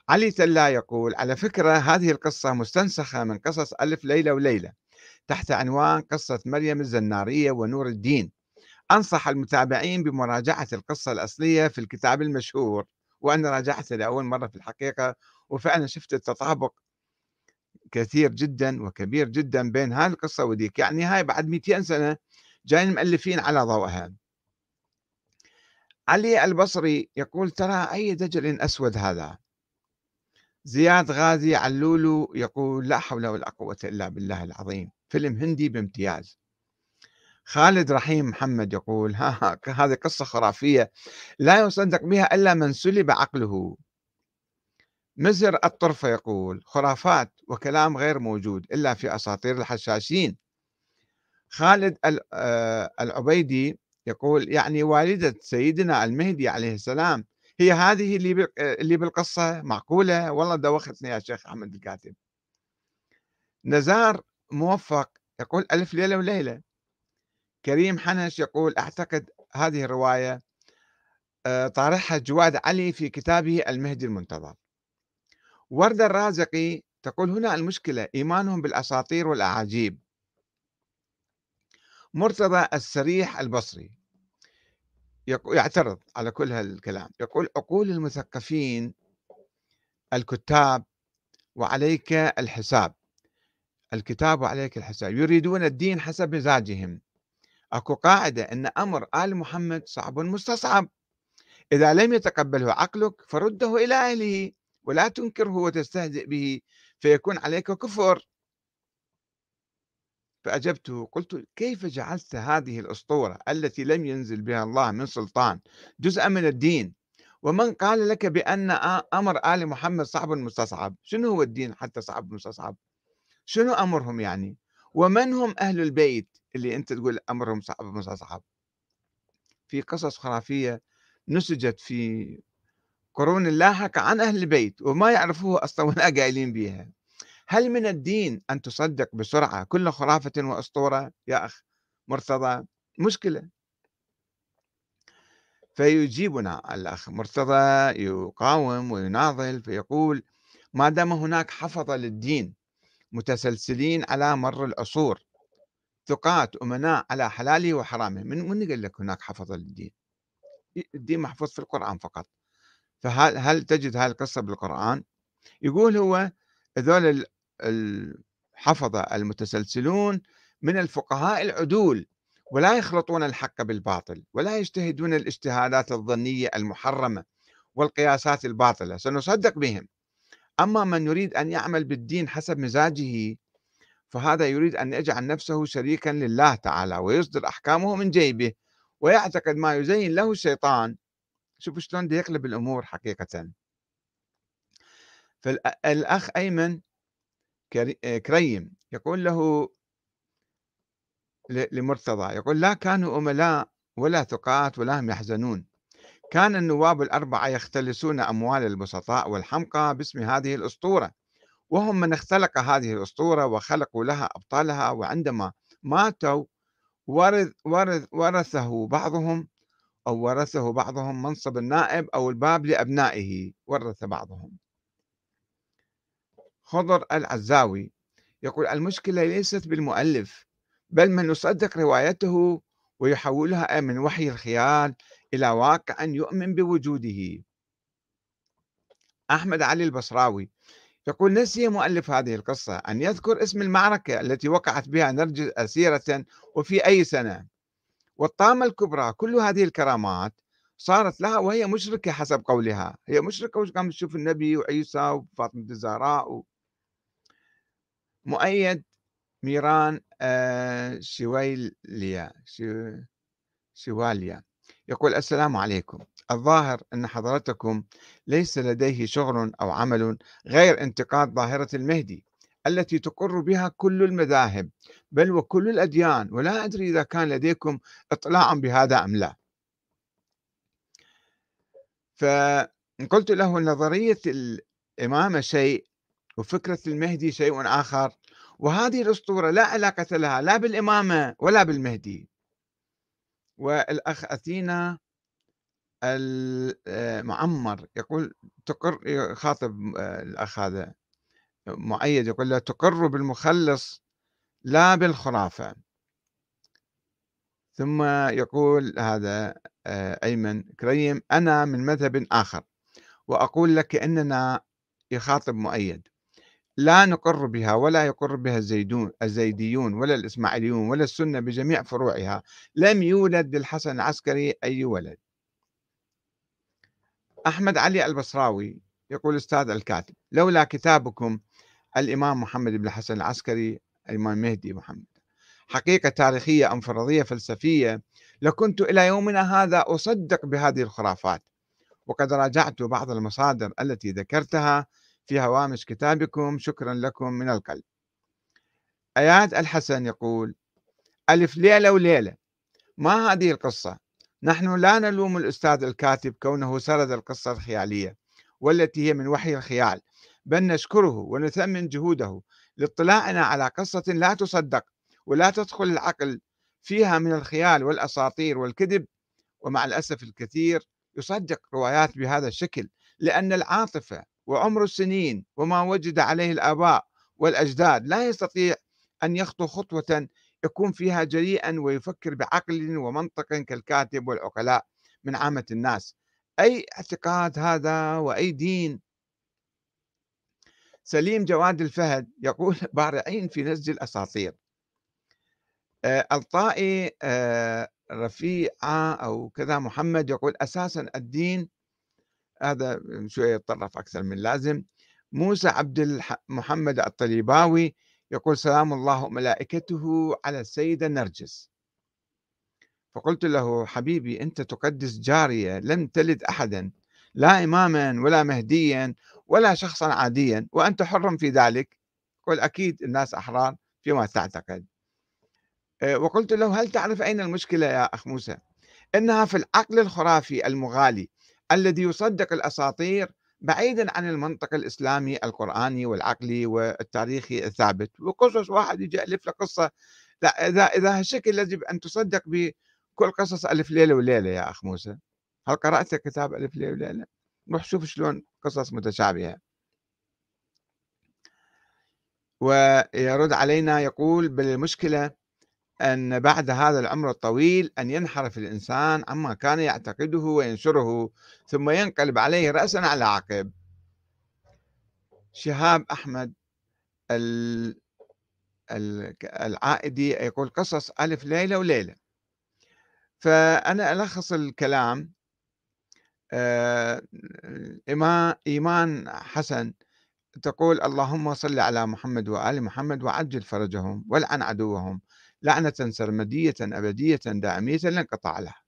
علي تلا يقول: على فكرة هذه القصة مستنسخة من قصص ألف ليلة وليلة تحت عنوان قصة مريم الزنارية ونور الدين. أنصح المتابعين بمراجعة القصة الأصلية في الكتاب المشهور. وأنا راجعته لأول مرة في الحقيقة، وفعلا شفت التطابق كثير جدا وكبير جدا بين هذه القصة وديك، يعني هاي بعد 200 سنة جايين المؤلفين على ضوءها. علي البصري يقول: ترى أي دجل أسود هذا. زياد غازي علولو يقول: لا حول ولا قوة إلا بالله العظيم، فيلم هندي بامتياز. خالد رحيم محمد يقول: هذه قصة خرافية لا يصدق بها إلا من سلب عقله. مزر الطرفة يقول: خرافات وكلام غير موجود إلا في أساطير الحشاشين. خالد العبيدي يقول: يعني والدة سيدنا المهدي عليه السلام هي هذه اللي بالقصة؟ معقولة؟ والله دوختني يا شيخ أحمد الكاتب. نزار موفق يقول: ألف ليلة وليلة. كريم حنش يقول: أعتقد هذه الرواية طارحها جواد علي في كتابه المهدي المنتظر. وردة الرازقي تقول: هنا المشكلة إيمانهم بالأساطير والأعاجيب. مرتضى السريح البصري يعترض على كل هالكلام، يقول: عقول المثقفين الكتاب وعليك الحساب، الكتاب وعليك الحساب، يريدون الدين حسب مزاجهم. اكو قاعدة ان امر آل محمد صعب مستصعب، إذا لم يتقبله عقلك فرده إلى أهله ولا تنكره وتستهزئ به فيكون عليك كفر. فأجبته قلت: كيف جعلت هذه الأسطورة التي لم ينزل بها الله من سلطان جزءا من الدين؟ ومن قال لك بأن أمر آل محمد صعب مستصعب؟ شنو هو الدين حتى صعب مستصعب؟ شنو أمرهم يعني؟ ومن هم أهل البيت اللي أنت تقول أمرهم صعب مستصعب؟ في قصص خرافية نسجت في قرون لاحقة عن أهل البيت وما يعرفوه أصلا ولا قايلين بيها. هل من الدين أن تصدق بسرعة كل خرافة وأسطورة يا أخ مرتضى؟ مشكلة. فيجيبنا الأخ مرتضى يقاوم ويناضل فيقول: ما دام هناك حفظة للدين متسلسلين على مر العصور، ثقات أمناء على حلاله وحرامه، من قال لك هناك حفظة للدين؟ الدين محفوظ في القرآن فقط. فهل تجد هذه القصة بالقرآن؟ يقول هو: هذول الحفظة المتسلسلون من الفقهاء العدول، ولا يخلطون الحق بالباطل ولا يجتهدون الاجتهادات الظنية المحرمة والقياسات الباطلة، سنصدق بهم. أما من يريد أن يعمل بالدين حسب مزاجه فهذا يريد أن يجعل نفسه شريكا لله تعالى ويصدر أحكامه من جيبه ويعتقد ما يزين له الشيطان. شوفوا شلون ده يقلب الأمور حقيقة. فالأخ أيمن كريم يقول له لمرتضى، يقول: لا كانوا أملاء ولا ثقات ولا هم يحزنون، كان النواب الأربعة يختلسون أموال البسطاء والحمقى باسم هذه الأسطورة، وهم من اختلق هذه الأسطورة وخلقوا لها أبطالها، وعندما ماتوا ورثه بعضهم منصب النائب أو الباب لأبنائه، ورث بعضهم. خضر العزاوي يقول: المشكلة ليست بالمؤلف بل من يصدق روايته ويحولها من وحي الخيال إلى واقع يؤمن بوجوده. أحمد علي البصراوي يقول: نسي مؤلف هذه القصة أن يذكر اسم المعركة التي وقعت بها نرجس أسيرة وفي أي سنة. والطامة الكبرى كل هذه الكرامات صارت لها وهي مشركة حسب قولها، هي مشركة وش قامت تشوف النبي وعيسى وفاطمة الزهراء. مؤيد ميران شواليا يقول: السلام عليكم. الظاهر أن حضرتكم ليس لديه شغل أو عمل غير انتقاد ظاهرة المهدي التي تقر بها كل المذاهب بل وكل الأديان، ولا أدري إذا كان لديكم اطلاع بهذا أم لا. فقلت له: نظرية الإمامة شيء وفكرة المهدي شيء آخر، وهذه الأسطورة لا علاقة لها لا بالإمامة ولا بالمهدي. والأخ أثينا معمّر يقول يخاطب الأخ هذا مؤيد يقول له: "تُقِرّ بالمخلص لا بالخرافة." ثم يقول هذا أيمن كريم: "أنا من مذهب آخر وأقول لك إننا" يخاطب مؤيد: "لا نُقِرّ بها ولا يُقِرّ بها الزيديون ولا الإسماعيليون ولا السنة بجميع فروعها، لم يولد للحسن العسكري أي ولد." أحمد علي البصراوي يقول: "أستاذ الكاتب، لولا كتابكم الإمام محمد بن الحسن العسكري، الإمام المهدي محمد، حقيقة تاريخية أم فرضية فلسفية، لكنت إلى يومنا هذا أصدق بهذه الخرافات، وقد راجعت بعض المصادر التي ذكرتها في هوامش كتابكم، شكرا لكم من القلب." آيات الحسن يقول: "ألف ليلة وليلة، ما هذه القصة؟ نحن لا نلوم الأستاذ الكاتب كونه سرد القصة الخيالية والتي هي من وحي الخيال، بل نشكره ونثمن جهوده لاطلاعنا على قصة لا تصدق ولا تدخل العقل، فيها من الخيال والأساطير والكذب، ومع الأسف الكثير يصدق روايات بهذا الشكل، لأن العاطفة وعمر السنين وما وجد عليه الآباء والأجداد لا يستطيع أن يخطو خطوة يكون فيها جريئا ويفكر بعقل ومنطق كالكاتب والعقلاء من عامة الناس. أي اعتقاد هذا وأي دين؟" سليم جواد الفهد يقول: "بارعين في نسج الأساطير." الطائي رفيعة أو كذا محمد يقول: "أساسا الدين"، هذا شوية يتطرف أكثر من اللازم. موسى عبد محمد الطليباوي يقول: "سلام الله وملائكته على السيدة نرجس." فقلت له: "حبيبي، أنت تقدس جارية لم تلد أحدا، لا إماما ولا مهديا ولا شخصا عاديا، وأنت حر في ذلك." قل: "أكيد الناس أحرار فيما تعتقد." وقلت له: "هل تعرف أين المشكلة يا أخ موسى؟ إنها في العقل الخرافي المغالي الذي يصدق الأساطير بعيدا عن المنطق الإسلامي القرآني والعقلي والتاريخي الثابت، وقصص واحد يجي يألف لك قصة. لا، إذا هالشكل يجب أن تصدق بكل قصص ألف ليلة وليلة يا أخ موسى. هل قرأت كتاب ألف ليلة وليلة؟ روح شوف شلون قصص متشابهة." ويرد علينا يقول: "بل المشكلة أن بعد هذا العمر الطويل أن ينحرف الإنسان عما كان يعتقده وينشره، ثم ينقلب عليه رأسا على عقب." شهاب أحمد ال- العائدي يقول: "قصص ألف ليلة وليلة." فأنا ألخص الكلام. آه، إيمان حسن تقول: "اللهم صل على محمد وآل محمد وعجل فرجهم والعن عدوهم لعنة سرمدية أبدية دائمية لا انقطاع لها."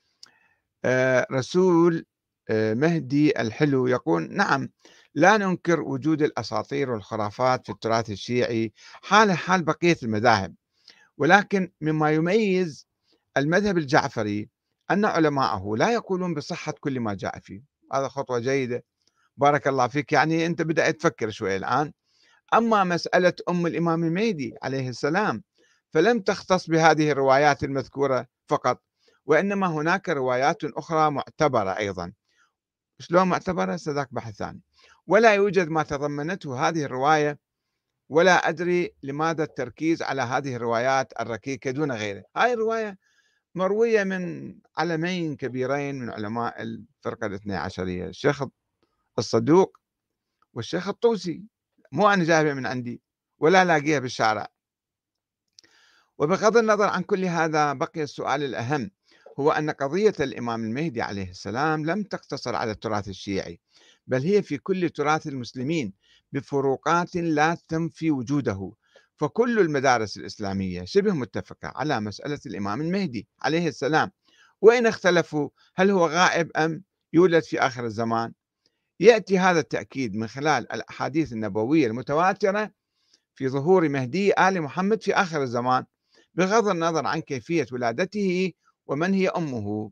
رسول مهدي الحلو يقول: "نعم، لا ننكر وجود الأساطير والخرافات في التراث الشيعي حال بقية المذاهب، ولكن مما يميز المذهب الجعفري أن علماءه لا يقولون بصحة كل ما جاء فيه." هذا خطوة جيدة، بارك الله فيك، يعني أنت بدأت تفكر شوي الآن. أما مسألة الإمام المهدي عليه السلام فلم تختص بهذه الروايات المذكورة فقط، وإنما هناك روايات أخرى معتبرة أيضا. شلون معتبرة؟ سذاك بحث ثاني. ولا يوجد ما تضمنته هذه الرواية، ولا أدري لماذا التركيز على هذه الروايات الركيكة دون غيرها. هاي الرواية مروية من علمين كبيرين من علماء الفرقة الاثنى عشرية، الشيخ الصدوق والشيخ الطوسي، مو أنا جايبها من عندي ولا لاقيها بالشارع. وبغض النظر عن كل هذا، بقي السؤال الأهم، هو أن قضية الإمام المهدي عليه السلام لم تقتصر على التراث الشيعي، بل هي في كل تراث المسلمين بفروقات لا تنفي وجوده. فكل المدارس الإسلامية شبه متفقة على مسألة الإمام المهدي عليه السلام، وإن اختلفوا هل هو غائب أم يولد في آخر الزمان. يأتي هذا التأكيد من خلال الأحاديث النبوية المتواترة في ظهور مهدي آل محمد في آخر الزمان، بغض النظر عن كيفية ولادته ومن هي أمه.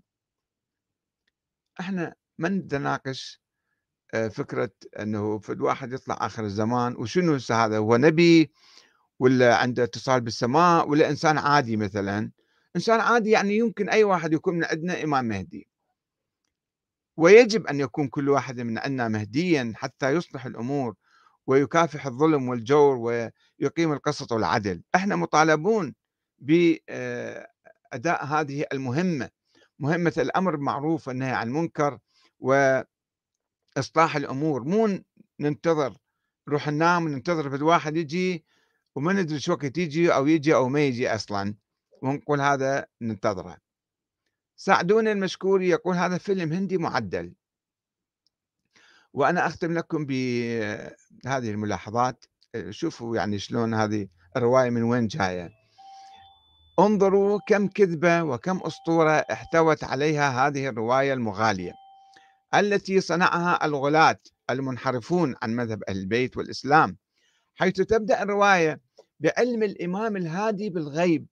احنا ما نتناقش فكرة أنه في الواحد يطلع آخر الزمان وشنو هذا، هو نبي ولا عنده اتصال بالسماء ولا إنسان عادي مثلا. إنسان عادي يعني يمكن أي واحد يكون من عندنا إمام مهدي. ويجب أن يكون كل واحد منا مهديا حتى يصلح الأمور ويكافح الظلم والجور ويقيم القسط والعدل. احنا مطالبون بأداء هذه المهمة، مهمة الأمر بالمعروف والنهي عن المنكر وإصلاح الأمور. مو ننتظر، نروح ننام وننتظر في الواحد يجي وما ندري شو وقت يجي أو يجي أو ما يجي أصلا ونقول هذا ننتظره. ساعدوني المشكور يقول هذا فيلم هندي معدل. وأنا أختم لكم بهذه الملاحظات. شوفوا يعني شلون هذه الرواية من وين جاية. انظروا كم كذبة وكم أسطورة احتوت عليها هذه الرواية المغالية التي صنعها الغلاة المنحرفون عن مذهب أهل البيت والإسلام، حيث تبدأ الرواية بعلم الإمام الهادي بالغيب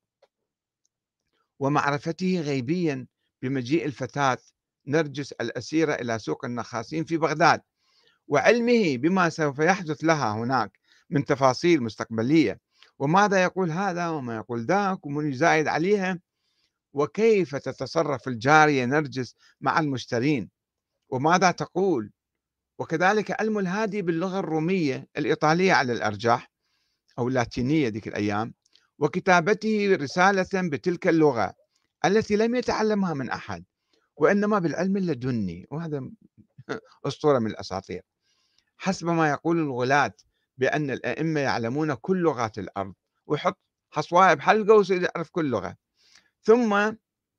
ومعرفته غيبيا بمجيء الفتاة نرجس الأسيرة إلى سوق النخاسين في بغداد، وعلمه بما سوف يحدث لها هناك من تفاصيل مستقبلية، وماذا يقول هذا وما يقول ذاك ومن يزايد عليها، وكيف تتصرف الجارية نرجس مع المشترين وماذا تقول. وكذلك علم الهادي باللغة الرومية الإيطالية على الأرجح أو اللاتينية ذيك الأيام، وكتابته رسالة بتلك اللغة التي لم يتعلمها من أحد وإنما بالعلم اللدني، وهذا أسطورة من الأساطير، حسب ما يقول الغلاة بأن الأئمة يعلمون كل لغات الأرض، ويحط حصواية بحلقة ويصير يعرف كل لغة. ثم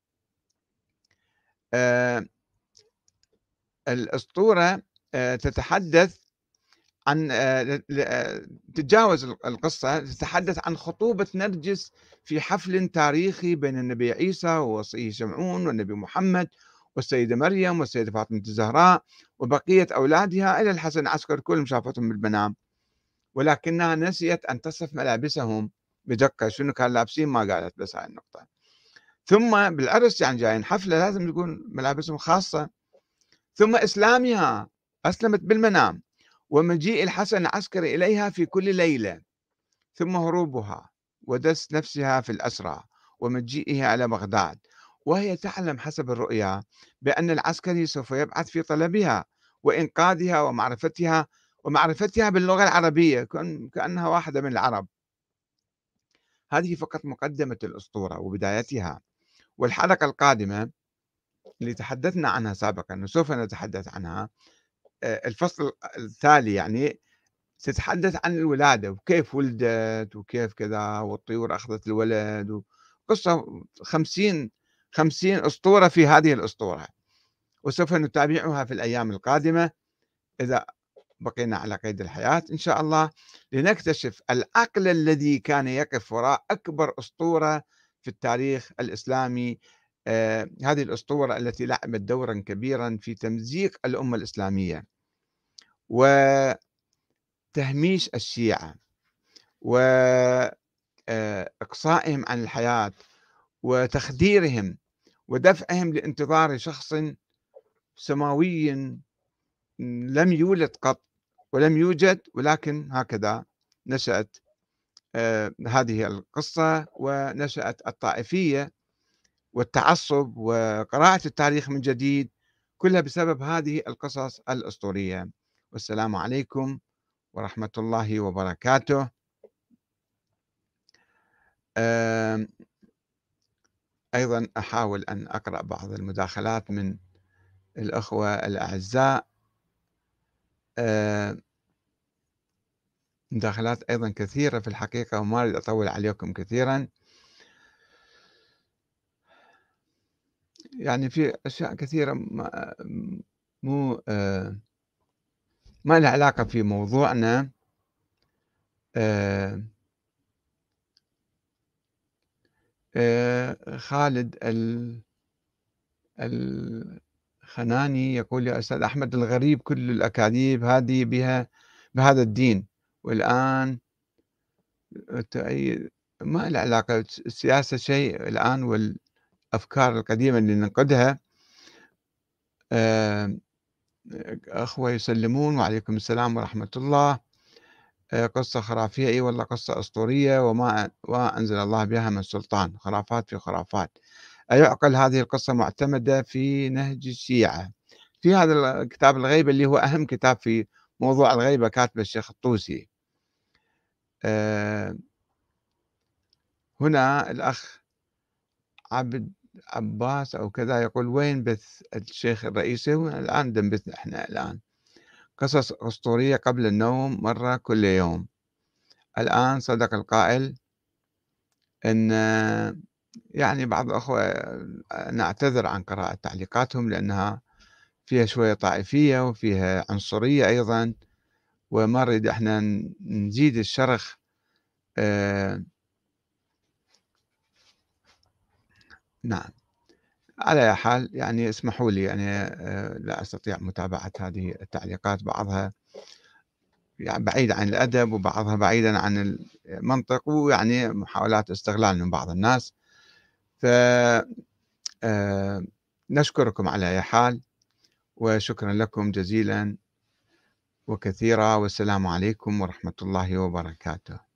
الأسطورة تتحدث عن تتجاوز القصة، تتحدث عن خطوبة نرجس في حفل تاريخي بين النبي عيسى ووصيه شمعون والنبي محمد والسيدة مريم والسيدة فاطمة الزهراء وبقية أولادها إلى الحسن العسكري، كلهم شافتهم بالمنام، ولكنها نسيت أن تصف ملابسهم بدقة، شنو كان لابسين ما قالت، بس هاي النقطة. ثم بالعرس يعني جايين حفلة لازم تكون ملابسهم خاصة. ثم إسلامها، أسلمت بالمنام، ومجيء الحسن العسكري إليها في كل ليلة، ثم هروبها ودس نفسها في الأسرى ومجيئها إلى بغداد، وهي تعلم حسب الرؤيا بأن العسكري سوف يبعث في طلبها وإنقاذها ومعرفتها باللغة العربية كأنها واحدة من العرب. هذه فقط مقدمة الأسطورة وبدايتها، والحلقة القادمة اللي تحدثنا عنها سابقا وسوف نتحدث عنها، الفصل التالي يعني تتحدث عن الولادة وكيف ولدت وكيف كذا والطيور أخذت الولد، قصة 50 أسطورة في هذه الأسطورة، وسوف نتابعها في الأيام القادمة إذا بقينا على قيد الحياة إن شاء الله، لنكتشف العقل الذي كان يقف وراء أكبر أسطورة في التاريخ الإسلامي، هذه الأسطورة التي لعبت دورا كبيرا في تمزيق الأمة الإسلامية وتهميش الشيعة وإقصائهم عن الحياة وتخديرهم ودفعهم لانتظار شخص سماوي لم يولد قط ولم يوجد، ولكن هكذا نشأت هذه القصة ونشأت الطائفية والتعصب وقراءة التاريخ من جديد، كلها بسبب هذه القصص الأسطورية. والسلام عليكم ورحمة الله وبركاته. أيضا أحاول أن أقرأ بعض المداخلات من الأخوة الأعزاء، مداخلات أيضا كثيرة في الحقيقة وما أريد أطول عليكم كثيرا، يعني في أشياء كثيرة مو ما لها علاقة في موضوعنا. خالد الخناني يقول يا أستاذ أحمد، الغريب كل الأكاذيب هذه بها بهذا الدين، والآن تؤيد ما له علاقة السياسة شيء الآن، والأفكار القديمة اللي ننقدها. أخوة يسلمون وعليكم السلام ورحمة الله. قصة خرافية، أي والله قصة أسطورية وما أنزل الله بها من سلطان، خرافات في خرافات. أيعقل هذه القصة معتمدة في نهج الشيعة في هذا كتاب الغيبة اللي هو أهم كتاب في موضوع الغيبة كاتبه الشيخ الطوسي. آآ هنا الأخ عبد عباس أو كذا يقول: "وين بث الشيخ الرئيسي؟" الآن نبث إحنا الآن. قصص أسطورية قبل النوم مرة كل يوم. الآن صدق القائل إن يعني بعض الأخوة، أنا أعتذر عن قراءة تعليقاتهم لأنها فيها شوية طائفية وفيها عنصرية أيضًا، وما نريد إحنا نزيد الشرخ. آآ نعم. على أي حال يعني اسمحوا لي، يعني لا أستطيع متابعة هذه التعليقات، بعضها يعني بعيد عن الأدب وبعضها بعيدًا عن المنطق، ويعني محاولات استغلال من بعض الناس. ف نشكركم على أي حال، وشكرًا لكم جزيلًا وكثيرًا، والسلام عليكم ورحمة الله وبركاته.